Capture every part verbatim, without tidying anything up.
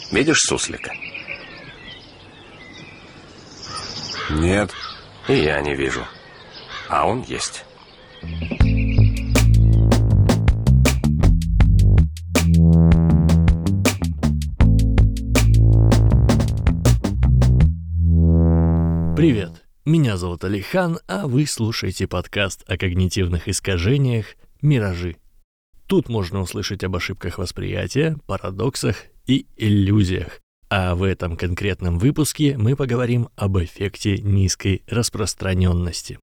Видишь суслика? Нет. И я не вижу. А он есть. Привет, меня зовут Алихан, а вы слушаете подкаст о когнитивных искажениях «Миражи». Тут можно услышать об ошибках восприятия, парадоксах и иллюзиях. А в этом конкретном выпуске мы поговорим об эффекте низкой распространенности.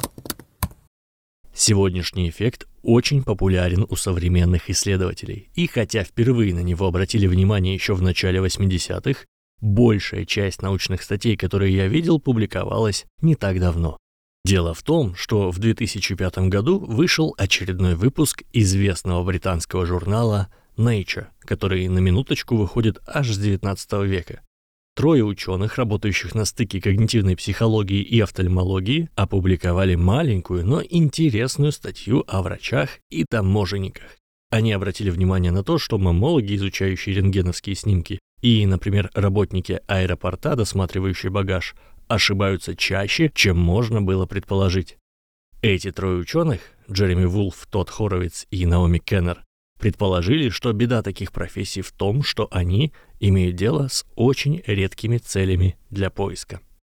Сегодняшний эффект очень популярен у современных исследователей, и хотя впервые на него обратили внимание еще в начале восьмидесятых, большая часть научных статей, которые я видел, публиковалась не так давно. Дело в том, что в две тысячи пятом году вышел очередной выпуск известного британского журнала Nature, который на минуточку выходит аж с девятнадцатого века. Трое ученых, работающих на стыке когнитивной психологии и офтальмологии, опубликовали маленькую, но интересную статью о врачах и таможенниках. Они обратили внимание на то, что маммологи, изучающие рентгеновские снимки, и, например, работники аэропорта, досматривающие багаж, ошибаются чаще, чем можно было предположить. Эти трое ученых, Джереми Вулф, Тодд Хоровиц и Наоми Кеннер, предположили, что беда таких профессий в том, что они имеют дело с очень редкими целями для поиска.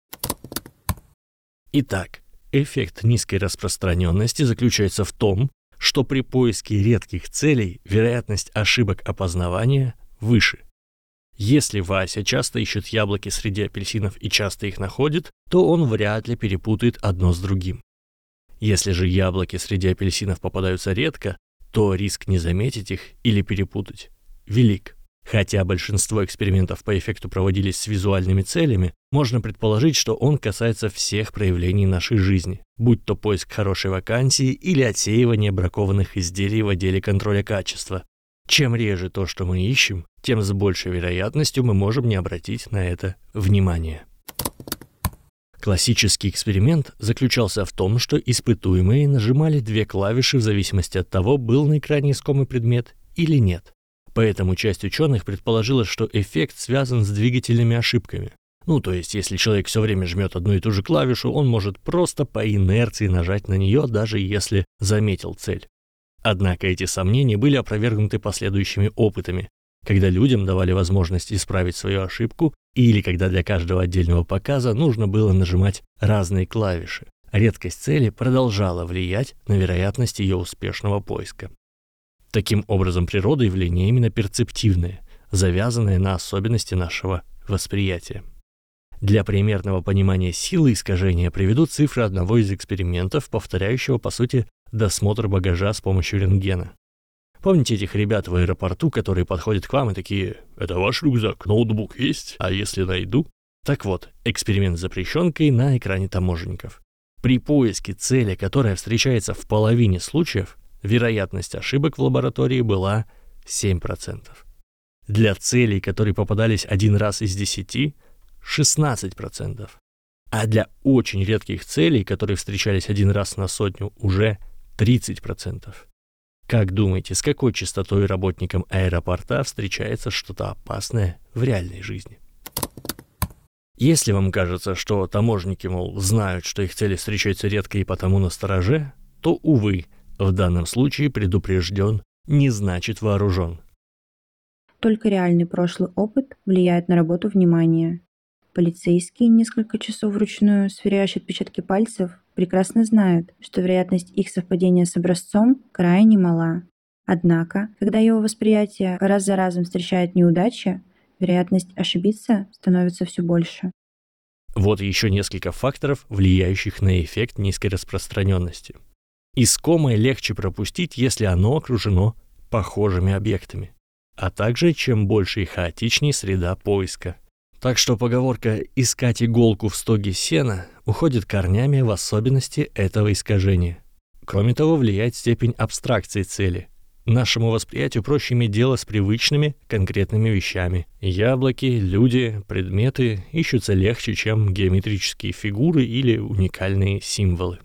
Итак, эффект низкой распространенности заключается в том, что при поиске редких целей вероятность ошибок опознавания выше. Если Вася часто ищет яблоки среди апельсинов и часто их находит, то он вряд ли перепутает одно с другим. Если же яблоки среди апельсинов попадаются редко, то риск не заметить их или перепутать велик. Хотя большинство экспериментов по эффекту проводились с визуальными целями, можно предположить, что он касается всех проявлений нашей жизни, будь то поиск хорошей вакансии или отсеивание бракованных изделий в отделе контроля качества. Чем реже то, что мы ищем, тем с большей вероятностью мы можем не обратить на это внимание. Классический эксперимент заключался в том, что испытуемые нажимали две клавиши в зависимости от того, был на экране искомый предмет или нет. Поэтому часть ученых предположила, что эффект связан с двигательными ошибками. Ну, то есть, если человек все время жмет одну и ту же клавишу, он может просто по инерции нажать на нее, даже если заметил цель. Однако эти сомнения были опровергнуты последующими опытами, когда людям давали возможность исправить свою ошибку или когда для каждого отдельного показа нужно было нажимать разные клавиши. Редкость цели продолжала влиять на вероятность ее успешного поиска. Таким образом, природа явления именно перцептивное, завязанное на особенности нашего восприятия. Для примерного понимания силы искажения приведу цифры одного из экспериментов, повторяющего, по сути, досмотр багажа с помощью рентгена. Помните этих ребят в аэропорту, которые подходят к вам и такие: «Это ваш рюкзак, ноутбук есть? А если найду?» Так вот, эксперимент с запрещенкой на экране таможенников. При поиске цели, которая встречается в половине случаев, вероятность ошибок в лаборатории была семь процентов. Для целей, которые попадались один раз из десяти, шестнадцать процентов. А для очень редких целей, которые встречались один раз на сотню, уже тридцать процентов. Как думаете, с какой частотой работникам аэропорта встречается что-то опасное в реальной жизни? Если вам кажется, что таможенники, мол, знают, что их цели встречаются редко и потому настороже, то, увы, в данном случае предупрежден не значит вооружен. Только реальный прошлый опыт влияет на работу внимания. Полицейские, несколько часов вручную сверяющие отпечатки пальцев, прекрасно знают, что вероятность их совпадения с образцом крайне мала. Однако, когда его восприятие раз за разом встречает неудачи, вероятность ошибиться становится все больше. Вот еще несколько факторов, влияющих на эффект низкой распространенности. Искомое легче пропустить, если оно окружено похожими объектами, а также чем больше и хаотичнее среда поиска. Так что поговорка «искать иголку в стоге сена» уходит корнями в особенности этого искажения. Кроме того, влияет степень абстракции цели. Нашему восприятию проще иметь дело с привычными, конкретными вещами. Яблоки, люди, предметы ищутся легче, чем геометрические фигуры или уникальные символы.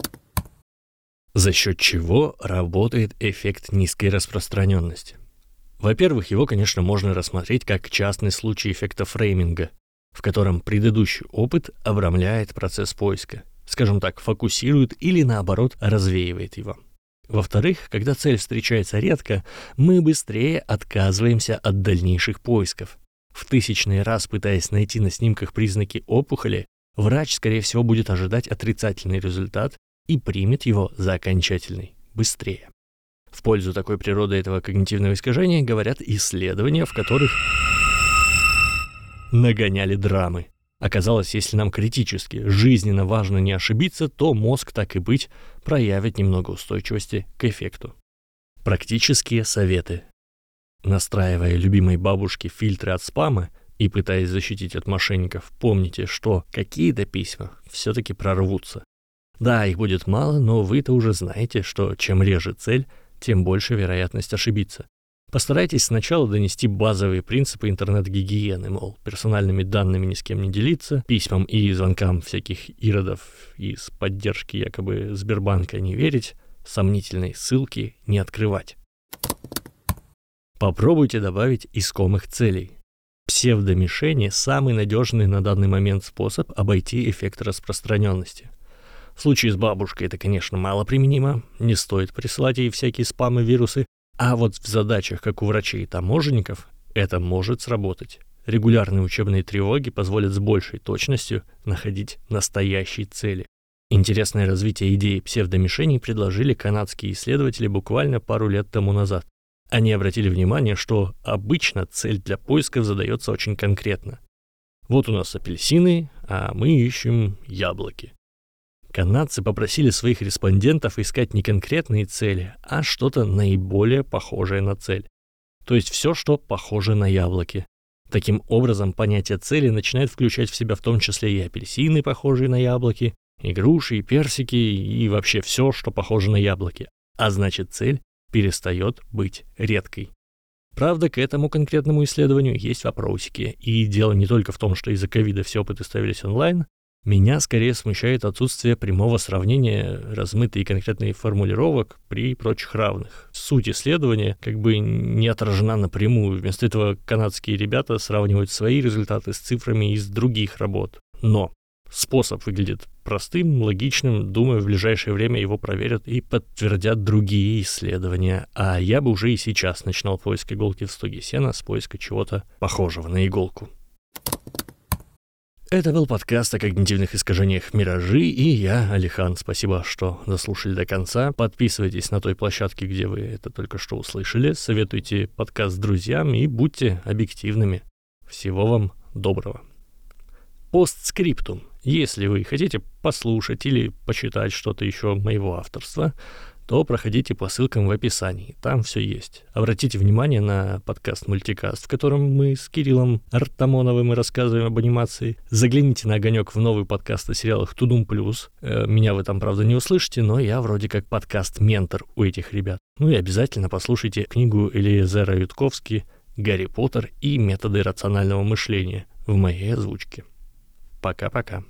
За счет чего работает эффект низкой распространенности? Во-первых, его, конечно, можно рассмотреть как частный случай эффекта фрейминга, в котором предыдущий опыт обрамляет процесс поиска, скажем так, фокусирует или, наоборот, развеивает его. Во-вторых, когда цель встречается редко, мы быстрее отказываемся от дальнейших поисков. В тысячный раз, пытаясь найти на снимках признаки опухоли, врач, скорее всего, будет ожидать отрицательный результат и примет его за окончательный быстрее. В пользу такой природы этого когнитивного искажения говорят исследования, в которых нагоняли драмы. Оказалось, если нам критически, жизненно важно не ошибиться, то мозг, так и быть, проявит немного устойчивости к эффекту. Практические советы. Настраивая любимой бабушке фильтры от спама и пытаясь защитить от мошенников, помните, что какие-то письма все-таки прорвутся. Да, их будет мало, но вы-то уже знаете, что чем реже цель, тем больше вероятность ошибиться. Постарайтесь сначала донести базовые принципы интернет-гигиены, мол, персональными данными ни с кем не делиться, письмам и звонкам всяких иродов из поддержки якобы Сбербанка не верить, сомнительные ссылки не открывать. Попробуйте добавить искомых целей. Псевдомишени – самый надежный на данный момент способ обойти эффект распространенности. В случае с бабушкой это, конечно, мало применимо, не стоит присылать ей всякие спамы, вирусы, а вот в задачах, как у врачей и таможенников, это может сработать. Регулярные учебные тревоги позволят с большей точностью находить настоящие цели. Интересное развитие идеи псевдомишеней предложили канадские исследователи буквально пару лет тому назад. Они обратили внимание, что обычно цель для поисков задается очень конкретно. Вот у нас апельсины, а мы ищем яблоки. Канадцы попросили своих респондентов искать не конкретные цели, а что-то наиболее похожее на цель. То есть все, что похоже на яблоки. Таким образом, понятие цели начинает включать в себя в том числе и апельсины, похожие на яблоки, и груши, и персики, и вообще все, что похоже на яблоки. А значит, цель перестает быть редкой. Правда, к этому конкретному исследованию есть вопросики. И дело не только в том, что из-за ковида все опыты ставились онлайн. Меня скорее смущает отсутствие прямого сравнения размытой и конкретной формулировок при прочих равных. Суть исследования как бы не отражена напрямую. Вместо этого канадские ребята сравнивают свои результаты с цифрами из других работ. Но способ выглядит простым, логичным. Думаю, в ближайшее время его проверят и подтвердят другие исследования. А я бы уже и сейчас начинал поиск иголки в стоге сена с поиска чего-то похожего на иголку. Это был подкаст о когнитивных искажениях «Миражи», и я, Алихан. Спасибо, что дослушали до конца. Подписывайтесь на той площадке, где вы это только что услышали. Советуйте подкаст друзьям и будьте объективными. Всего вам доброго. Постскриптум. Если вы хотите послушать или почитать что-то еще моего авторства, то проходите по ссылкам в описании, там все есть. Обратите внимание на подкаст-мультикаст, в котором мы с Кириллом Артамоновым рассказываем об анимации. Загляните на огонек в новый подкаст о сериалах Тудум Плюс. Меня вы там, правда, не услышите, но я вроде как подкаст-ментор у этих ребят. Ну и обязательно послушайте книгу Элиезера Ютковски «Гарри Поттер и методы рационального мышления» в моей озвучке. Пока-пока.